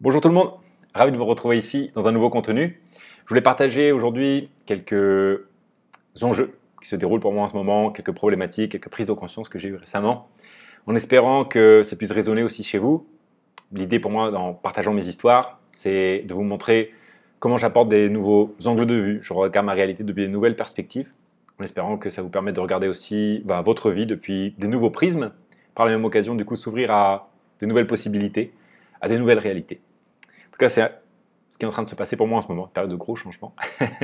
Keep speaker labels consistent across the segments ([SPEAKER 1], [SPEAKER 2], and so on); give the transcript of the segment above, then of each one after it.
[SPEAKER 1] Bonjour tout le monde, ravi de vous retrouver ici dans un nouveau contenu. Je voulais partager aujourd'hui quelques enjeux qui se déroulent pour moi en ce moment, quelques problématiques, quelques prises de conscience que j'ai eues récemment, en espérant que ça puisse résonner aussi chez vous. L'idée pour moi, en partageant mes histoires, c'est de vous montrer comment j'apporte des nouveaux angles de vue. Je regarde ma réalité depuis de nouvelles perspectives, en espérant que ça vous permette de regarder aussi votre vie depuis des nouveaux prismes, par la même occasion du coup s'ouvrir à des nouvelles possibilités, à des nouvelles réalités. En tout cas, c'est ce qui est en train de se passer pour moi en ce moment, une période de gros changements.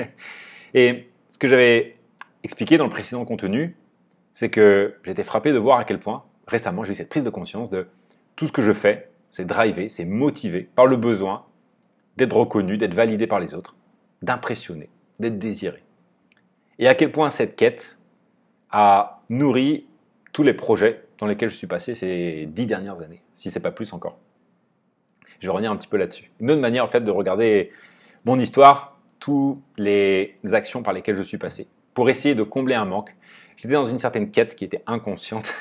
[SPEAKER 1] Et ce que j'avais expliqué dans le précédent contenu, c'est que j'ai été frappé de voir à quel point, récemment, j'ai eu cette prise de conscience de tout ce que je fais, c'est drivé, c'est motivé par le besoin d'être reconnu, d'être validé par les autres, d'impressionner, d'être désiré. Et à quel point cette quête a nourri tous les projets dans lesquels je suis passé ces 10 dernières années, si ce n'est pas plus encore. Je vais revenir un petit peu là-dessus. Une autre manière en fait de regarder mon histoire, toutes les actions par lesquelles je suis passé, pour essayer de combler un manque. J'étais dans une certaine quête qui était inconsciente,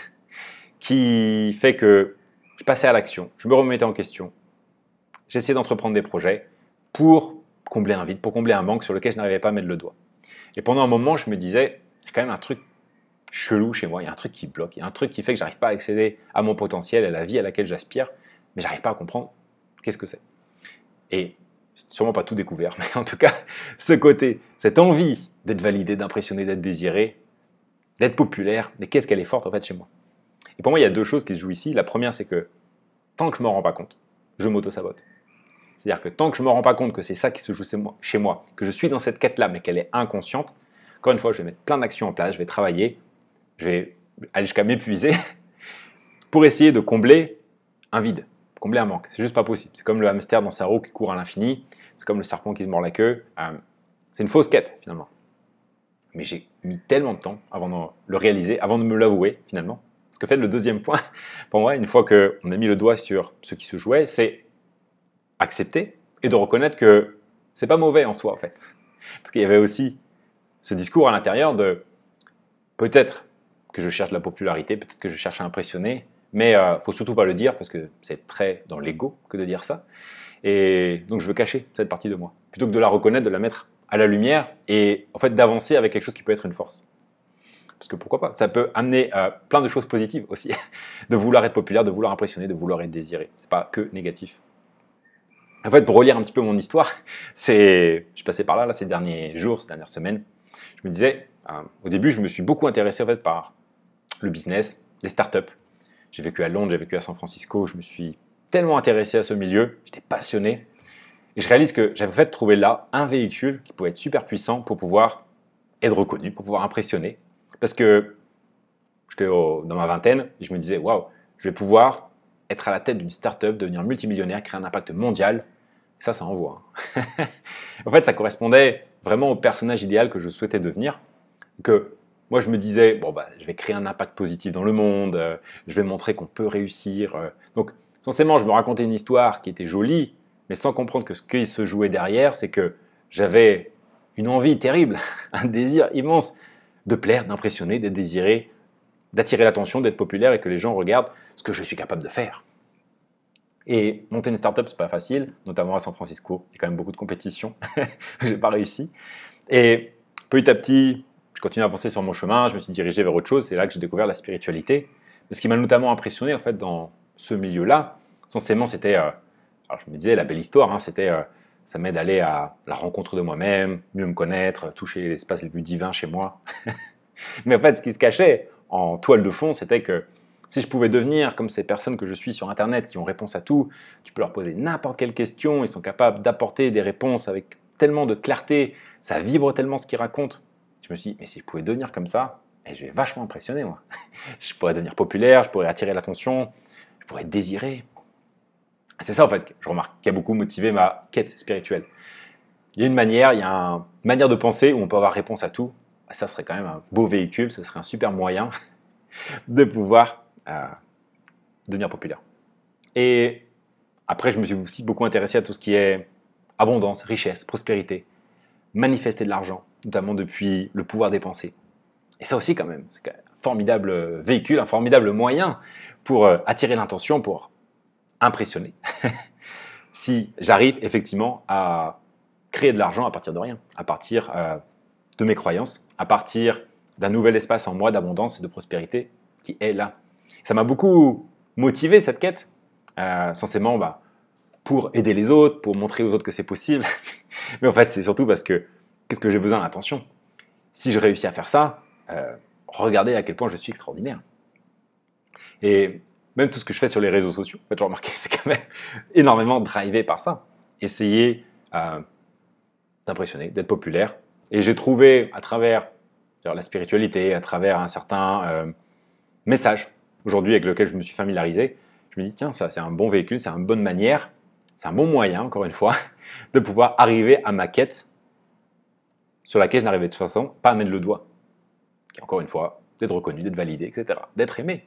[SPEAKER 1] qui fait que je passais à l'action, je me remettais en question, j'essayais d'entreprendre des projets pour combler un vide, pour combler un manque sur lequel je n'arrivais pas à mettre le doigt. Et pendant un moment, je me disais, il y a quand même un truc chelou chez moi, il y a un truc qui bloque, il y a un truc qui fait que je n'arrive pas à accéder à mon potentiel, à la vie à laquelle j'aspire, mais je n'arrive pas à comprendre qu'est-ce que c'est. Et je n'ai sûrement pas tout découvert, mais en tout cas, ce côté, cette envie d'être validé, d'impressionner, d'être désiré, d'être populaire, mais qu'est-ce qu'elle est forte en fait chez moi. Et pour moi, il y a deux choses qui se jouent ici. La première, c'est que tant que je ne me rends pas compte, je m'auto-sabote. C'est-à-dire que tant que je ne me rends pas compte que c'est ça qui se joue chez moi, que je suis dans cette quête-là, mais qu'elle est inconsciente, encore une fois, je vais mettre plein d'actions en place, je vais travailler, je vais aller jusqu'à m'épuiser pour essayer de combler un vide, combler un manque. C'est juste pas possible. C'est comme le hamster dans sa roue qui court à l'infini, c'est comme le serpent qui se mord la queue. C'est une fausse quête finalement. Mais j'ai mis tellement de temps avant de le réaliser, avant de me l'avouer finalement. Parce que en fait, le deuxième point, pour moi, une fois qu'on a mis le doigt sur ce qui se jouait, c'est accepter et de reconnaître que c'est pas mauvais en soi en fait. Parce qu'il y avait aussi ce discours à l'intérieur de peut-être que je cherche la popularité, peut-être que je cherche à impressionner, mais faut surtout pas le dire parce que c'est très dans l'ego que de dire ça. Et donc je veux cacher cette partie de moi, plutôt que de la reconnaître, de la mettre à la lumière et en fait d'avancer avec quelque chose qui peut être une force. Parce que pourquoi pas, ça peut amener plein de choses positives aussi, de vouloir être populaire, de vouloir impressionner, de vouloir être désiré. C'est pas que négatif. En fait, pour relire un petit peu mon histoire, je suis passé par là ces derniers jours, ces dernières semaines. Je me disais, au début, je me suis beaucoup intéressé en fait par le business, les startups. J'ai vécu à Londres, j'ai vécu à San Francisco, je me suis tellement intéressé à ce milieu, j'étais passionné. Et je réalise que j'avais en fait trouvé là un véhicule qui pouvait être super puissant pour pouvoir être reconnu, pour pouvoir impressionner. Parce que j'étais dans ma vingtaine et je me disais, waouh, je vais pouvoir être à la tête d'une startup, devenir multimillionnaire, créer un impact mondial. Ça envoie. En fait, ça correspondait vraiment au personnage idéal que je souhaitais devenir. Que moi, je me disais, je vais créer un impact positif dans le monde, je vais montrer qu'on peut réussir. Donc, essentiellement, je me racontais une histoire qui était jolie, mais sans comprendre que ce qui se jouait derrière, c'est que j'avais une envie terrible, un désir immense de plaire, d'impressionner, d'être désiré, d'attirer l'attention, d'être populaire et que les gens regardent ce que je suis capable de faire. Et monter une startup, c'est pas facile, notamment à San Francisco. Il y a quand même beaucoup de compétition. J'ai pas réussi. Et petit à petit, je continue à avancer sur mon chemin. Je me suis dirigé vers autre chose. C'est là que j'ai découvert la spiritualité. Mais ce qui m'a notamment impressionné en fait dans ce milieu-là, essentiellement, c'était, alors je me disais la belle histoire. C'était, ça m'aide à aller à la rencontre de moi-même, mieux me connaître, toucher l'espace le plus divin chez moi. Mais en fait, ce qui se cachait en toile de fond, c'était que si je pouvais devenir comme ces personnes que je suis sur Internet qui ont réponse à tout, tu peux leur poser n'importe quelle question, ils sont capables d'apporter des réponses avec tellement de clarté, ça vibre tellement ce qu'ils racontent. Je me suis dit, mais si je pouvais devenir comme ça, je vais vachement impressionner moi. Je pourrais devenir populaire, je pourrais attirer l'attention, je pourrais être désiré. C'est ça en fait, je remarque, qui a beaucoup motivé ma quête spirituelle. Il y a une manière de penser où on peut avoir réponse à tout. Ça serait quand même un beau véhicule, ce serait un super moyen de pouvoir devenir populaire. Et après, je me suis aussi beaucoup intéressé à tout ce qui est abondance, richesse, prospérité, manifester de l'argent, notamment depuis le pouvoir des pensées. Et ça aussi, quand même, c'est un formidable véhicule, un formidable moyen pour attirer l'intention, pour impressionner. si j'arrive effectivement à créer de l'argent à partir de rien, à partir de mes croyances, à partir d'un nouvel espace en moi d'abondance et de prospérité qui est là. Ça m'a beaucoup motivé cette quête, censément pour aider les autres, pour montrer aux autres que c'est possible. Mais en fait, c'est surtout parce que qu'est-ce que j'ai besoin? Attention, si je réussis à faire ça, regardez à quel point je suis extraordinaire. Et même tout ce que je fais sur les réseaux sociaux, j'ai remarqué, c'est quand même énormément drivé par ça. Essayer d'impressionner, d'être populaire. Et j'ai trouvé à travers la spiritualité, à travers un certain message aujourd'hui avec lequel je me suis familiarisé, je me dis tiens, ça c'est un bon véhicule, c'est une bonne manière, c'est un bon moyen, encore une fois, de pouvoir arriver à ma quête sur laquelle je n'arrivais de toute façon pas à mettre le doigt. Qui est encore une fois d'être reconnu, d'être validé, etc. D'être aimé.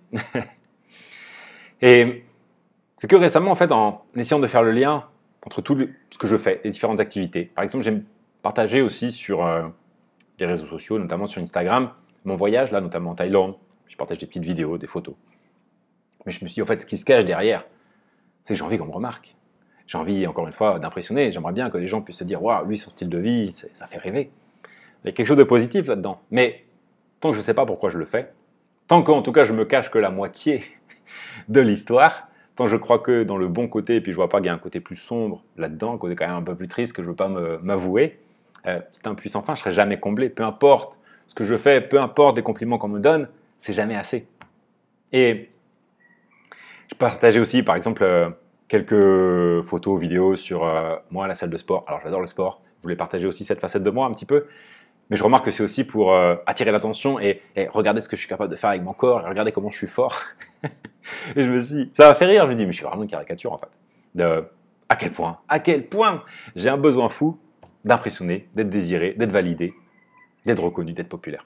[SPEAKER 1] Et c'est que récemment, en fait, en essayant de faire le lien entre tout ce que je fais, les différentes activités. Par exemple, j'aime partager aussi sur les réseaux sociaux, notamment sur Instagram, mon voyage, là, notamment en Thaïlande. Je partage des petites vidéos, des photos. Mais je me suis dit, en fait, ce qui se cache derrière, c'est que j'ai envie qu'on me remarque. J'ai envie, encore une fois, d'impressionner. J'aimerais bien que les gens puissent se dire, waouh, lui, son style de vie, ça fait rêver. Il y a quelque chose de positif là-dedans. Mais tant que je ne sais pas pourquoi je le fais, tant qu'en tout cas, je me cache que la moitié de l'histoire, tant je crois que dans le bon côté, et puis je vois pas qu'il y a un côté plus sombre là-dedans, un côté quand même un peu plus triste que je veux pas m'avouer, c'est un puissant fin, je serai jamais comblé, peu importe ce que je fais, peu importe les compliments qu'on me donne, c'est jamais assez. Et je partageais aussi, par exemple, quelques photos, vidéos sur moi à la salle de sport. Alors j'adore le sport, je voulais partager aussi cette facette de moi un petit peu, mais je remarque que c'est aussi pour attirer l'attention et regarder ce que je suis capable de faire avec mon corps, et regarder comment je suis fort. Et je me suis dit, ça m'a fait rire, je me dis, mais je suis vraiment une caricature en fait. À quel point j'ai un besoin fou d'impressionner, d'être désiré, d'être validé, d'être reconnu, d'être populaire.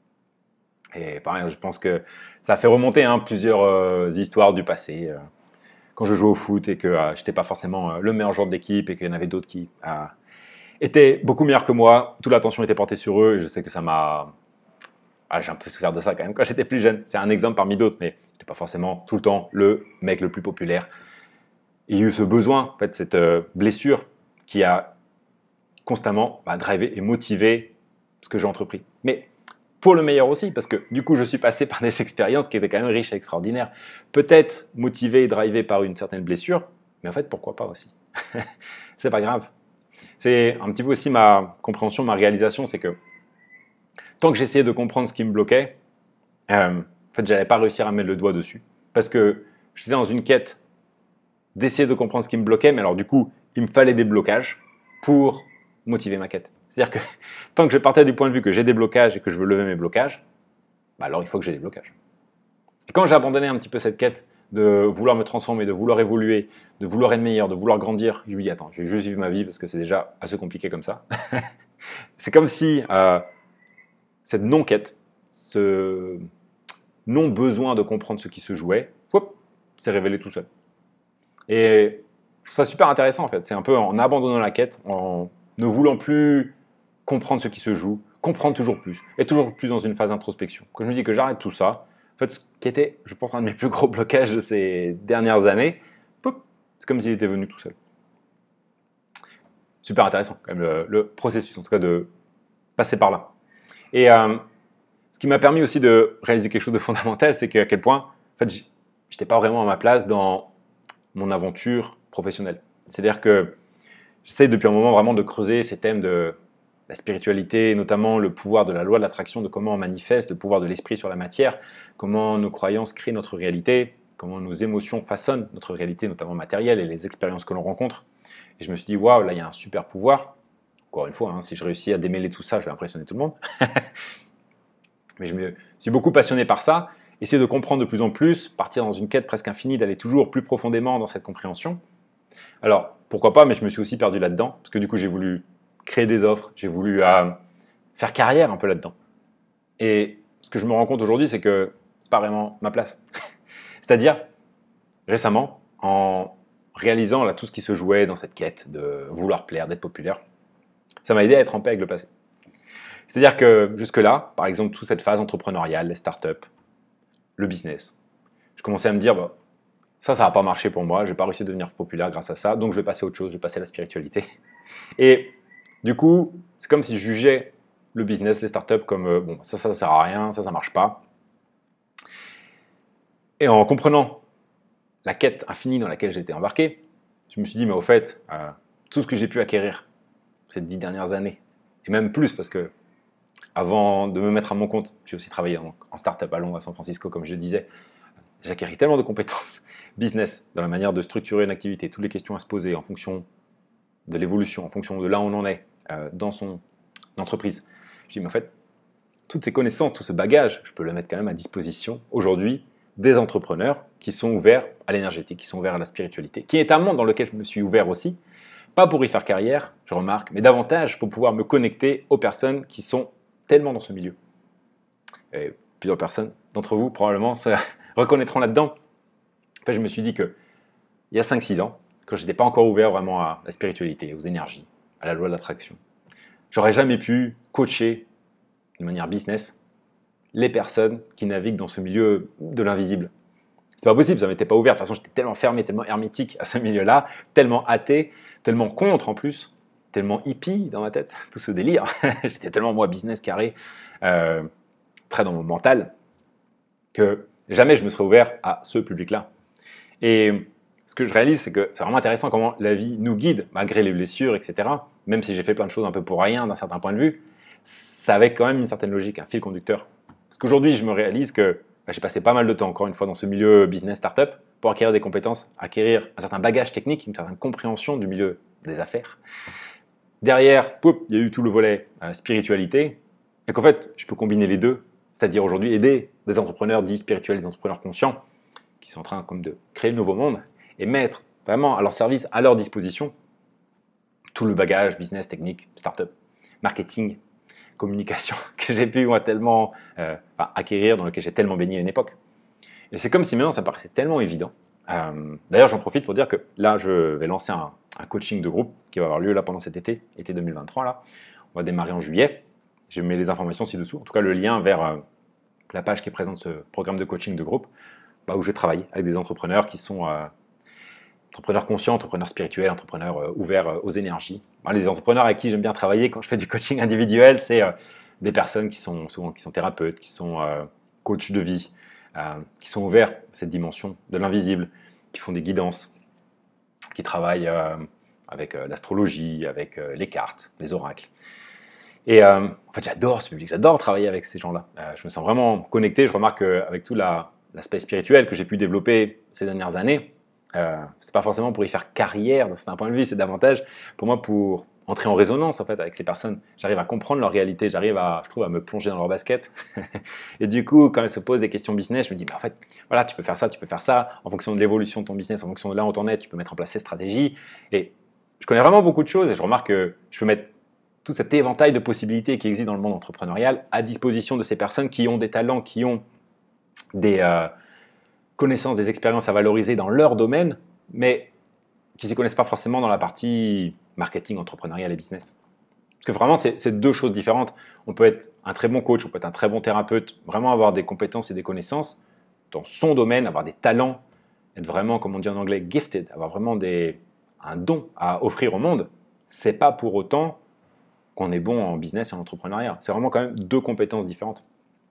[SPEAKER 1] Et pareil, je pense que ça a fait remonter plusieurs histoires du passé. Quand je jouais au foot et que je n'étais pas forcément le meilleur joueur de l'équipe et qu'il y en avait d'autres qui étaient beaucoup meilleurs que moi, toute l'attention était portée sur eux et je sais que ça m'a... j'ai un peu souffert de ça quand même quand j'étais plus jeune. C'est un exemple parmi d'autres, mais je n'étais pas forcément tout le temps le mec le plus populaire. Il y a eu ce besoin, en fait, cette blessure qui a constamment drivé et motivé ce que j'ai entrepris. Mais pour le meilleur aussi, parce que du coup, je suis passé par des expériences qui étaient quand même riches et extraordinaires. Peut-être motivé et drivé par une certaine blessure, mais en fait, pourquoi pas aussi? C'est pas grave. C'est un petit peu aussi ma compréhension, ma réalisation, c'est que tant que j'essayais de comprendre ce qui me bloquait, en fait, j'allais pas réussir à mettre le doigt dessus. Parce que j'étais dans une quête d'essayer de comprendre ce qui me bloquait, mais alors du coup, il me fallait des blocages pour motiver ma quête. C'est-à-dire que tant que je partais du point de vue que j'ai des blocages et que je veux lever mes blocages, alors il faut que j'ai des blocages. Et quand j'ai abandonné un petit peu cette quête de vouloir me transformer, de vouloir évoluer, de vouloir être meilleur, de vouloir grandir, je me dis attends, je vais juste vivre ma vie parce que c'est déjà assez compliqué comme ça. C'est comme si cette non-quête, ce non-besoin de comprendre ce qui se jouait, s'est révélé tout seul. Et je trouve ça super intéressant en fait. C'est un peu en abandonnant la quête, en ne voulant plus comprendre ce qui se joue, comprendre toujours plus, et toujours plus dans une phase d'introspection. Quand je me dis que j'arrête tout ça, en fait, ce qui était, je pense, un de mes plus gros blocages de ces dernières années, c'est comme s'il était venu tout seul. Super intéressant, quand même, le processus, en tout cas, de passer par là. Et ce qui m'a permis aussi de réaliser quelque chose de fondamental, c'est qu'à quel point, en fait, je n'étais pas vraiment à ma place dans mon aventure professionnelle. C'est-à-dire que j'essaie depuis un moment vraiment de creuser ces thèmes de la spiritualité, notamment le pouvoir de la loi de l'attraction, de comment on manifeste, le pouvoir de l'esprit sur la matière, comment nos croyances créent notre réalité, comment nos émotions façonnent notre réalité, notamment matérielle, et les expériences que l'on rencontre. Et je me suis dit, waouh, là, il y a un super pouvoir. Encore une fois, si je réussis à démêler tout ça, je vais impressionner tout le monde. Mais je me suis beaucoup passionné par ça, essayer de comprendre de plus en plus, partir dans une quête presque infinie, d'aller toujours plus profondément dans cette compréhension. Alors, pourquoi pas, mais je me suis aussi perdu là-dedans, parce que du coup, j'ai voulu créer des offres, j'ai voulu faire carrière un peu là-dedans. Et ce que je me rends compte aujourd'hui, c'est que c'est pas vraiment ma place. C'est-à-dire, récemment, en réalisant là, tout ce qui se jouait dans cette quête de vouloir plaire, d'être populaire, ça m'a aidé à être en paix avec le passé. C'est-à-dire que jusque-là, par exemple, toute cette phase entrepreneuriale, les startups, le business, je commençais à me dire, Ça n'a pas marché pour moi, je n'ai pas réussi à devenir populaire grâce à ça, donc je vais passer à autre chose, je vais passer à la spiritualité. Et du coup, c'est comme si je jugeais le business, les startups comme bon, ça sert à rien, ça marche pas. Et en comprenant la quête infinie dans laquelle j'étais embarqué, je me suis dit, mais au fait, tout ce que j'ai pu acquérir ces 10 dernières années, et même plus parce que avant de me mettre à mon compte, j'ai aussi travaillé en startup à Londres, à San Francisco, comme je le disais, j'ai acquis tellement de compétences business dans la manière de structurer une activité, toutes les questions à se poser en fonction de l'évolution, en fonction de là où on en est dans son entreprise. Je dis, mais en fait, toutes ces connaissances, tout ce bagage, je peux le mettre quand même à disposition aujourd'hui des entrepreneurs qui sont ouverts à l'énergétique, qui sont ouverts à la spiritualité, qui est un monde dans lequel je me suis ouvert aussi, pas pour y faire carrière, je remarque, mais davantage pour pouvoir me connecter aux personnes qui sont tellement dans ce milieu. Et plusieurs personnes d'entre vous probablement se reconnaîtront là-dedans. En fait, je me suis dit que il y a 5-6 ans, quand je n'étais pas encore ouvert vraiment à la spiritualité, aux énergies, à la loi de l'attraction, j'aurais jamais pu coacher de manière business les personnes qui naviguent dans ce milieu de l'invisible. C'est pas possible, ça m'était pas ouvert. De toute façon, j'étais tellement fermé, tellement hermétique à ce milieu-là, tellement athée, tellement contre en plus, tellement hippie dans ma tête, tout ce délire. J'étais tellement moi business carré, très dans mon mental, que jamais je me serais ouvert à ce public-là. Et ce que je réalise, c'est que c'est vraiment intéressant comment la vie nous guide, malgré les blessures, etc. Même si j'ai fait plein de choses un peu pour rien d'un certain point de vue, ça avait quand même une certaine logique, un fil conducteur. Parce qu'aujourd'hui, je me réalise que j'ai passé pas mal de temps, encore une fois, dans ce milieu business startup pour acquérir des compétences, acquérir un certain bagage technique, une certaine compréhension du milieu des affaires. Derrière, il y a eu tout le volet spiritualité, et qu'en fait, je peux combiner les deux, c'est-à-dire aujourd'hui aider des entrepreneurs dits spirituels, des entrepreneurs conscients, qui sont en train comme de créer le nouveau monde, et mettre vraiment à leur service, à leur disposition, tout le bagage business, technique, startup, marketing, communication que j'ai pu moi, tellement acquérir, dans lequel j'ai tellement baigné à une époque. Et c'est comme si maintenant ça paraissait tellement évident. D'ailleurs, j'en profite pour dire que là, je vais lancer un coaching de groupe qui va avoir lieu là pendant cet été 2023. Là. On va démarrer en juillet. Je mets les informations ci-dessous. En tout cas, le lien vers la page qui présente ce programme de coaching de groupe, où je vais travailler avec des entrepreneurs qui sont entrepreneurs conscients, entrepreneurs spirituels, entrepreneurs ouverts aux énergies. Les entrepreneurs avec qui j'aime bien travailler quand je fais du coaching individuel, c'est des personnes qui sont thérapeutes, qui sont coachs de vie, qui sont ouverts à cette dimension de l'invisible, qui font des guidances, qui travaillent avec l'astrologie, avec les cartes, les oracles. Et en fait, j'adore ce public, j'adore travailler avec ces gens-là. Je me sens vraiment connecté. Je remarque qu'avec tout l'aspect spirituel que j'ai pu développer ces dernières années, c'est pas forcément pour y faire carrière, c'est un point de vue, c'est davantage pour moi pour entrer en résonance en fait avec ces personnes. J'arrive à comprendre leur réalité, j'arrive je trouve, à me plonger dans leur basket. Et du coup, quand elles se posent des questions business, je me dis, en fait, voilà, tu peux faire ça, en fonction de l'évolution de ton business, en fonction de là où t'en es, tu peux mettre en place ces stratégies. Et je connais vraiment beaucoup de choses et je remarque que je peux mettre tout cet éventail de possibilités qui existent dans le monde entrepreneurial à disposition de ces personnes qui ont des talents, qui ont des connaissances, des expériences à valoriser dans leur domaine, mais qui ne s'y connaissent pas forcément dans la partie marketing, entrepreneurial et business. Parce que vraiment, c'est deux choses différentes. On peut être un très bon coach, on peut être un très bon thérapeute, vraiment avoir des compétences et des connaissances dans son domaine, avoir des talents, être vraiment, comme on dit en anglais, gifted, avoir vraiment un don à offrir au monde. C'est pas pour autant qu'on est bon en business et en entrepreneuriat. C'est vraiment quand même deux compétences différentes.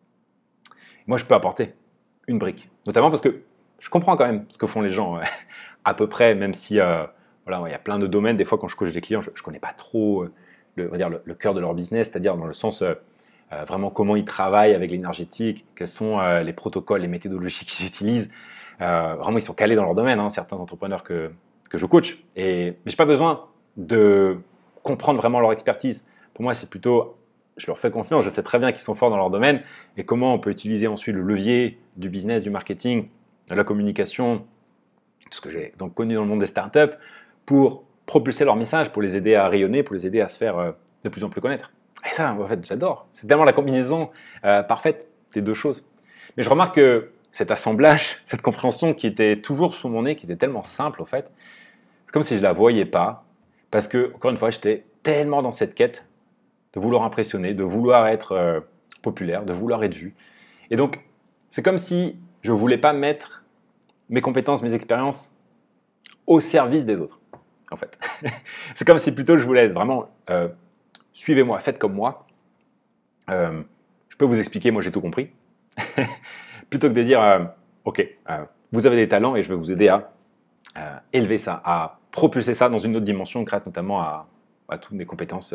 [SPEAKER 1] Moi, je peux apporter une brique. Notamment parce que je comprends quand même ce que font les gens à peu près, même si voilà, il y a plein de domaines. Des fois, quand je coach des clients, je ne connais pas trop le cœur de leur business, c'est-à-dire dans le sens vraiment comment ils travaillent avec l'énergétique, quels sont les protocoles, les méthodologies qu'ils utilisent. Vraiment, ils sont calés dans leur domaine, certains entrepreneurs que je coach. Mais je n'ai pas besoin de comprendre vraiment leur expertise. Pour moi, c'est plutôt... Je leur fais confiance, je sais très bien qu'ils sont forts dans leur domaine et comment on peut utiliser ensuite le levier du business, du marketing, de la communication, tout ce que j'ai donc connu dans le monde des startups pour propulser leur message, pour les aider à rayonner, pour les aider à se faire de plus en plus connaître. Et ça, en fait, j'adore. C'est tellement la combinaison parfaite des deux choses. Mais je remarque que cet assemblage, cette compréhension qui était toujours sous mon nez, qui était tellement simple, en fait, c'est comme si je ne la voyais pas parce que, encore une fois, j'étais tellement dans cette quête de vouloir impressionner, de vouloir être populaire, de vouloir être vu. Et donc, c'est comme si je ne voulais pas mettre mes compétences, mes expériences au service des autres, en fait. C'est comme si plutôt je voulais être vraiment suivez-moi, faites comme moi. Je peux vous expliquer, moi j'ai tout compris. Plutôt que de dire ok, vous avez des talents et je vais vous aider à élever ça, à propulser ça dans une autre dimension grâce notamment à toutes mes compétences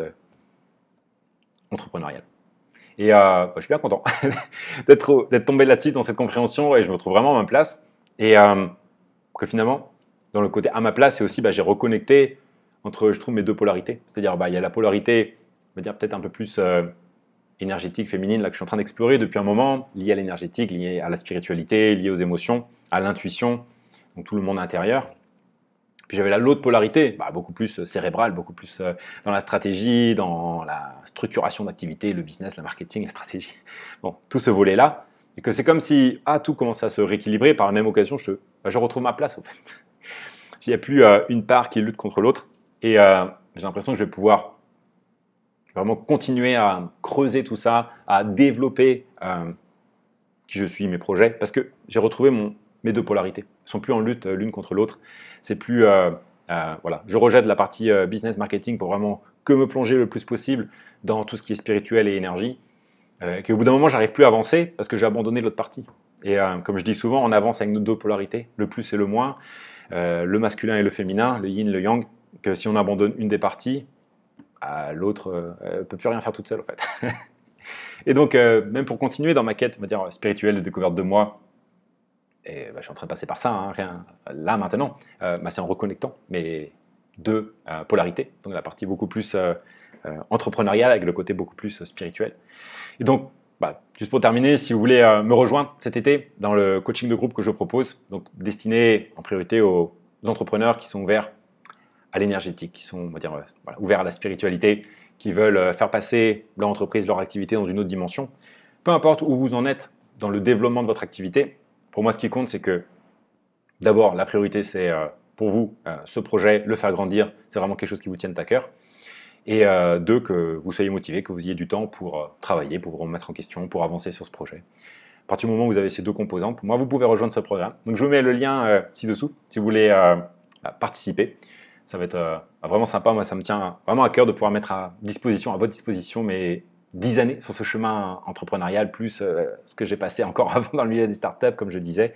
[SPEAKER 1] entrepreneuriales. Et je suis bien content d'être tombé là-dessus dans cette compréhension et je me trouve vraiment à ma place. Et que finalement, dans le côté à ma place, c'est aussi j'ai reconnecté entre, je trouve, mes deux polarités. C'est-à-dire, il y a la polarité, on va dire peut-être un peu plus énergétique, féminine, là que je suis en train d'explorer depuis un moment, liée à l'énergétique, liée à la spiritualité, liée aux émotions, à l'intuition, donc tout le monde intérieur. Puis j'avais l'autre polarité, beaucoup plus cérébrale, beaucoup plus dans la stratégie, dans la structuration d'activité, le business, le marketing, la stratégie. Bon, tout ce volet-là. Et que c'est comme si tout commençait à se rééquilibrer. Par la même occasion, je retrouve ma place, en fait. Il n'y a plus une part qui lutte contre l'autre. Et j'ai l'impression que je vais pouvoir vraiment continuer à creuser tout ça, à développer qui je suis, mes projets, parce que j'ai retrouvé mes deux polarités. Elles ne sont plus en lutte l'une contre l'autre. C'est plus, voilà, je rejette la partie business marketing pour vraiment que me plonger le plus possible dans tout ce qui est spirituel et énergie. Qu'au bout d'un moment, j'arrive plus à avancer parce que j'ai abandonné l'autre partie. Et comme je dis souvent, on avance avec nos deux polarités, le plus et le moins, le masculin et le féminin, le yin et le yang, que si on abandonne une des parties, l'autre ne peut plus rien faire toute seule en fait. Et donc, même pour continuer dans ma quête, on va dire, spirituelle de découverte de moi, et je suis en train de passer par ça, rien là maintenant, c'est en reconnectant mes deux polarités, donc la partie beaucoup plus entrepreneuriale avec le côté beaucoup plus spirituel. Et donc, juste pour terminer, si vous voulez me rejoindre cet été dans le coaching de groupe que je propose, donc destiné en priorité aux entrepreneurs qui sont ouverts à l'énergétique, qui sont, on va dire, ouverts à la spiritualité, qui veulent faire passer leur entreprise, leur activité dans une autre dimension. Peu importe où vous en êtes dans le développement de votre activité, pour moi, ce qui compte, c'est que d'abord, la priorité, c'est pour vous, ce projet, le faire grandir, c'est vraiment quelque chose qui vous tienne à cœur. Et deux, que vous soyez motivé, que vous ayez du temps pour travailler, pour vous remettre en question, pour avancer sur ce projet. À partir du moment où vous avez ces deux composantes, pour moi, vous pouvez rejoindre ce programme. Donc, je vous mets le lien ci-dessous si vous voulez participer. Ça va être vraiment sympa. Moi, ça me tient vraiment à cœur de pouvoir mettre à votre disposition mes 10 années sur ce chemin entrepreneurial, plus ce que j'ai passé encore avant dans le milieu des startups, comme je disais.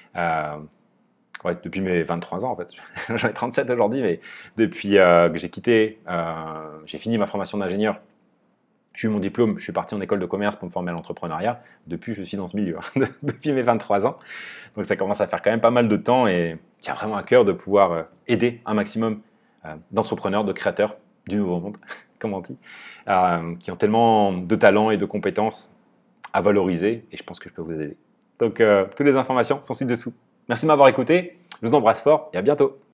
[SPEAKER 1] Depuis mes 23 ans, en fait. J'en ai 37 aujourd'hui, mais depuis que j'ai quitté, j'ai fini ma formation d'ingénieur. J'ai eu mon diplôme, je suis parti en école de commerce pour me former à l'entrepreneuriat. Depuis, je suis dans ce milieu, depuis mes 23 ans. Donc, ça commence à faire quand même pas mal de temps et tient vraiment à cœur de pouvoir aider un maximum d'entrepreneurs, de créateurs du nouveau monde, comme on dit, qui ont tellement de talents et de compétences à valoriser et je pense que je peux vous aider. Donc, toutes les informations sont ci-dessous. Merci de m'avoir écouté, je vous embrasse fort et à bientôt.